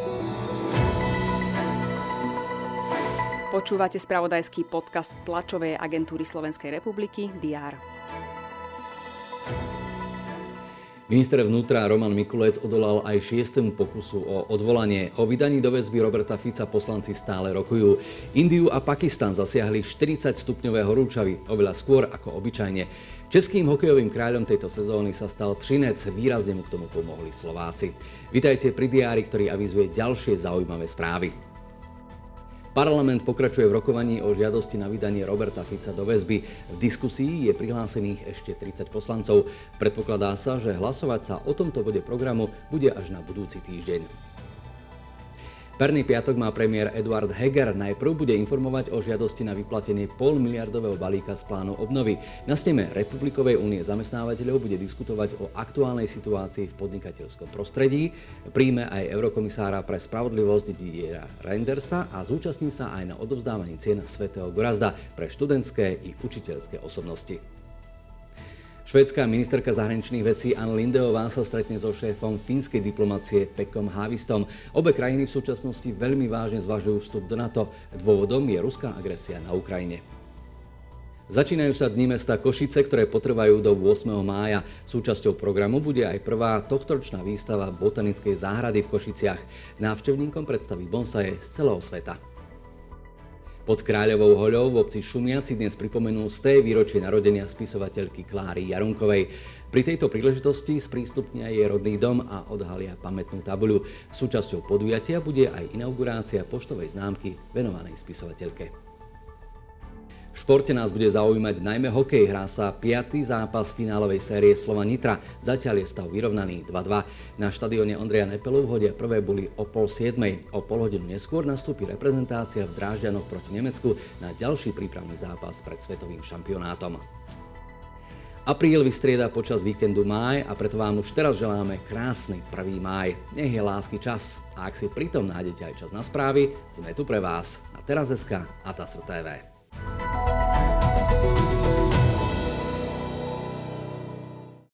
Počúvate spravodajský podcast tlačovej agentúry Slovenskej republiky DR. Minister vnútra Roman Mikulec odolal aj 6. pokusu o odvolanie. O vydaní do väzby Roberta Fica poslanci stále rokujú. Indiu a Pakistan zasiahli 40-stupňové horúčavy, oveľa skôr ako obyčajne. Českým hokejovým kráľom tejto sezóny sa stal Třinec, výrazne mu k tomu pomohli Slováci. Vitajte pri diári, ktorý avizuje ďalšie zaujímavé správy. Parlament pokračuje v rokovaní o žiadosti na vydanie Roberta Fica do väzby. V diskusii je prihlásených ešte 30 poslancov. Predpokladá sa, že hlasovať sa o tomto bode programu bude až na budúci týždeň. Perný piatok má premiér Eduard Heger. Najprv bude informovať o žiadosti na vyplatenie polmiliardového balíka z plánu obnovy. Na sneme Republikovej únie zamestnávateľov bude diskutovať o aktuálnej situácii v podnikateľskom prostredí. Príjme aj eurokomisára pre spravodlivosť Didiera Reindersa a zúčastní sa aj na odovzdávaní cien Svätého Gorazda pre študentské i učiteľské osobnosti. Švédska ministerka zahraničných vecí Ann Lindeová sa stretne so šéfom fínskej diplomacie Pekom Haavistom. Obe krajiny v súčasnosti veľmi vážne zvažujú vstup do NATO. Dôvodom je ruská agresia na Ukrajine. Začínajú sa dni mesta Košice, ktoré potrvajú do 8. mája. Súčasťou programu bude aj prvá tohtoročná výstava botanickej záhrady v Košiciach. Návštevníkom predstaví bonsaje z celého sveta. Pod Kráľovou hoľou v obci Šumiaci dnes pripomenú 100. výročie narodenia spisovateľky Kláry Jarunkovej. Pri tejto príležitosti sprístupnia jej rodný dom a odhalia pamätnú tabuľu. Súčasťou podujatia bude aj inaugurácia poštovej známky venovanej spisovateľke. V športe nás bude zaujímať najmä hokej. Hrá sa 5. zápas finálovej série Slovan Nitra. Zatiaľ je stav vyrovnaný 2-2. Na štadióne Ondreja Nepelu hodia prvé buly o 6:30. O pol hodinu neskôr nastúpi reprezentácia v Drážďanoch proti Nemecku na ďalší prípravný zápas pred svetovým šampionátom. Apríl vystrieda počas víkendu máj a preto vám už teraz želáme krásny 1. máj. Nech je lásky čas. A ak si pritom nájdete aj čas na správy, sme tu pre vás na Teraz.sk a TASR TV.